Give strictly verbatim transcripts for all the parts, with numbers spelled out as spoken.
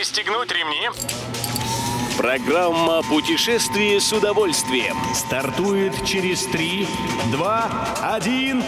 Пристегнуть ремни. Программа «Путешествие с удовольствием» стартует через три, два, один...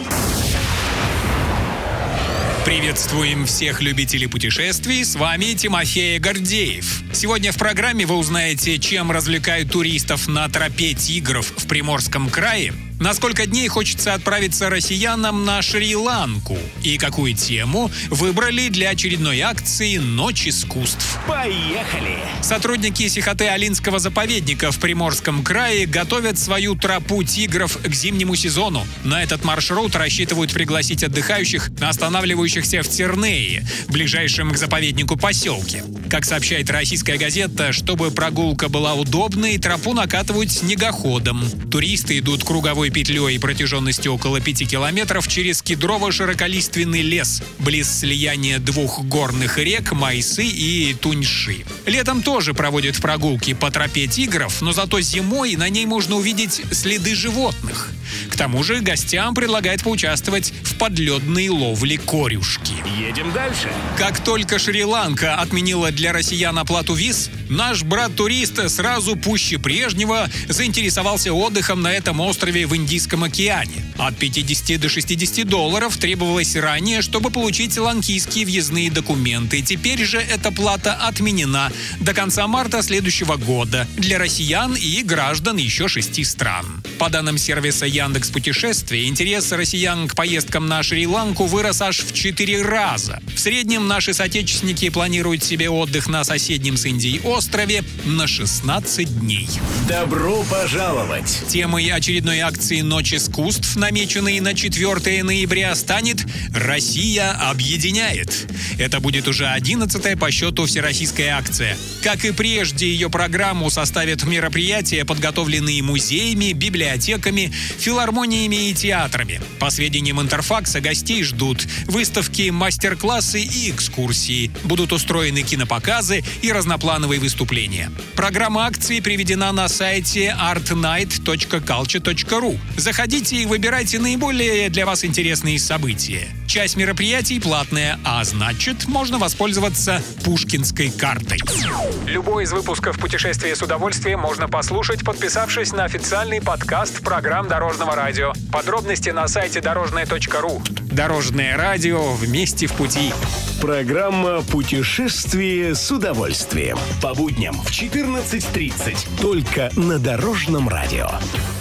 Приветствуем всех любителей путешествий, с вами Тимофей Гордеев. Сегодня в программе вы узнаете, чем развлекают туристов на тропе тигров в Приморском крае, на сколько дней хочется отправиться россиянам на Шри-Ланку и какую тему выбрали для очередной акции «Ночь искусств». Поехали! Сотрудники Сихотэ-Алинского заповедника в Приморском крае готовят свою тропу тигров к зимнему сезону. На этот маршрут рассчитывают пригласить отдыхающих, останавливающихся в Тернее, ближайшем к заповеднику поселке. Как сообщает российская газета, чтобы прогулка была удобной, тропу накатывают снегоходом. Туристы идут круговой петлей протяженностью около пяти километров через кедрово-широколиственный лес, близ слияния двух горных рек Майсы и Туньши. Летом тоже проводят прогулки по тропе тигров, но зато зимой на ней можно увидеть следы животных. К тому же гостям предлагают поучаствовать в подледной ловле корюшки. Едем дальше. Как только Шри-Ланка отменила для россиян оплату виз, наш брат-турист сразу пуще прежнего заинтересовался отдыхом на этом острове в Индийском океане. От пятидесяти до шестидесяти долларов требовалось ранее, чтобы получить ланкийские въездные документы. Теперь же эта плата отменена до конца марта следующего года для россиян и граждан еще шести стран. По данным сервиса Яндекс.Путешествия, интерес россиян к поездкам на Шри-Ланку вырос аж в четыре раза. В среднем наши соотечественники планируют себе отдых на соседнем с Индией острове на шестнадцать дней. Добро пожаловать! Темой очередной акции «Ночь искусств», намеченной на четвёртое ноября, станет «Россия объединяет». Это будет уже одиннадцатая по счету всероссийская акция. Как и прежде, ее программу составят мероприятия, подготовленные музеями, библиотеками, филармониями и театрами. По сведениям Интерфакса, гостей ждут выставки, мастер-классы и экскурсии. Будут устроены кинопоказы и разноплановые выступления. Программа акции приведена на сайте арт найт точка калче точка ру. Заходите и выбирайте наиболее для вас интересные события. Часть мероприятий платная, а значит, можно воспользоваться пушкинской картой. Любой из выпусков «Путешествия с удовольствием» можно послушать, подписавшись на официальный подкаст программ Дорожного радио. Подробности на сайте дорожное точка ру. Дорожное радио, вместе в пути. Программа «Путешествие с удовольствием». По будням в четырнадцать тридцать. Только на Дорожном радио.